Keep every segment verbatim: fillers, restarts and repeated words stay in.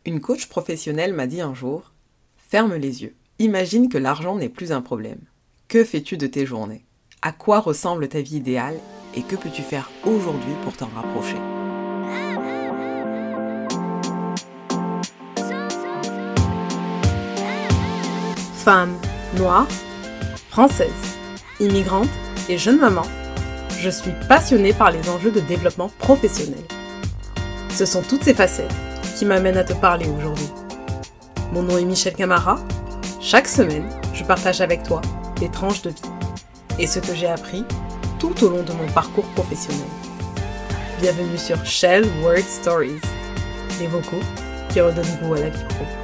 Une coach professionnelle m'a dit un jour « Ferme les yeux, imagine que l'argent n'est plus un problème. Que fais-tu de tes journées? À quoi ressemble ta vie idéale et que peux-tu faire aujourd'hui pour t'en rapprocher ?» Femme, noire, française, immigrante et jeune maman, je suis passionnée par les enjeux de développement professionnel. Ce sont toutes ces facettes qui m'amènent à te parler aujourd'hui. Mon nom est Michelle Camara. Chaque semaine, je partage avec toi des tranches de vie et ce que j'ai appris tout au long de mon parcours professionnel. Bienvenue sur Shell Word Stories, les vocaux qui redonnent goût à la vie pro.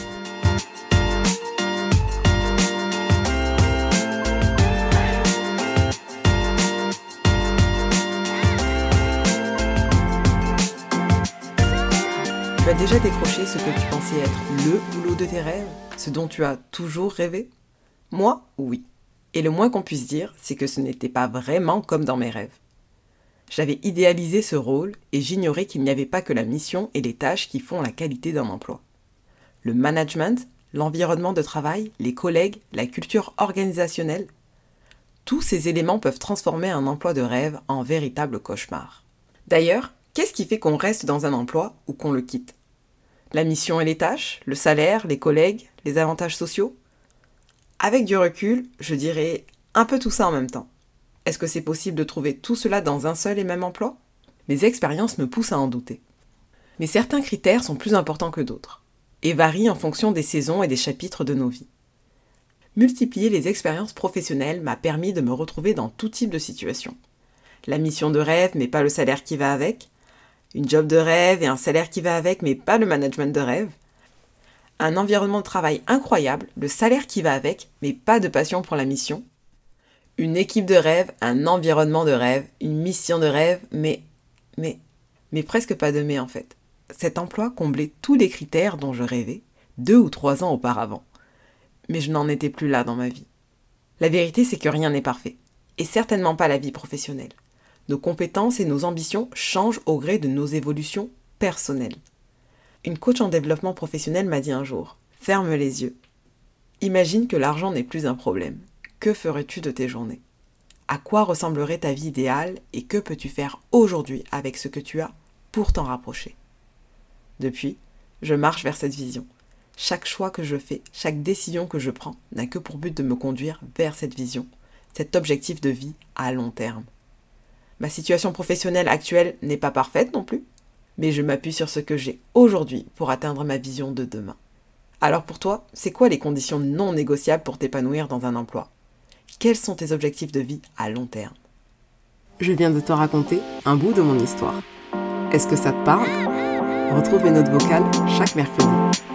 Tu as déjà décroché ce que tu pensais être le boulot de tes rêves, ce dont tu as toujours rêvé? Moi, oui. Et le moins qu'on puisse dire, c'est que ce n'était pas vraiment comme dans mes rêves. J'avais idéalisé ce rôle et j'ignorais qu'il n'y avait pas que la mission et les tâches qui font la qualité d'un emploi. Le management, l'environnement de travail, les collègues, la culture organisationnelle, tous ces éléments peuvent transformer un emploi de rêve en véritable cauchemar. D'ailleurs, qu'est-ce qui fait qu'on reste dans un emploi ou qu'on le quitte? La mission et les tâches, le salaire, les collègues, les avantages sociaux? Avec du recul, je dirais un peu tout ça en même temps. Est-ce que c'est possible de trouver tout cela dans un seul et même emploi? Mes expériences me poussent à en douter. Mais certains critères sont plus importants que d'autres, et varient en fonction des saisons et des chapitres de nos vies. Multiplier les expériences professionnelles m'a permis de me retrouver dans tout type de situation. La mission de rêve, mais pas le salaire qui va avec. Une job de rêve et un salaire qui va avec, mais pas le management de rêve. Un environnement de travail incroyable, le salaire qui va avec, mais pas de passion pour la mission. Une équipe de rêve, un environnement de rêve, une mission de rêve, mais, mais, mais presque pas de mais en fait. Cet emploi comblait tous les critères dont je rêvais, deux ou trois ans auparavant. Mais je n'en étais plus là dans ma vie. La vérité, c'est que rien n'est parfait, et certainement pas la vie professionnelle. Nos compétences et nos ambitions changent au gré de nos évolutions personnelles. Une coach en développement professionnel m'a dit un jour « Ferme les yeux. Imagine que l'argent n'est plus un problème. Que ferais-tu de tes journées? À quoi ressemblerait ta vie idéale et que peux-tu faire aujourd'hui avec ce que tu as pour t'en rapprocher ?» Depuis, je marche vers cette vision. Chaque choix que je fais, chaque décision que je prends n'a que pour but de me conduire vers cette vision, cet objectif de vie à long terme. Ma situation professionnelle actuelle n'est pas parfaite non plus, mais je m'appuie sur ce que j'ai aujourd'hui pour atteindre ma vision de demain. Alors pour toi, c'est quoi les conditions non négociables pour t'épanouir dans un emploi? Quels sont tes objectifs de vie à long terme? Je viens de te raconter un bout de mon histoire. Est-ce que ça te parle? Retrouve mes notes vocales chaque mercredi.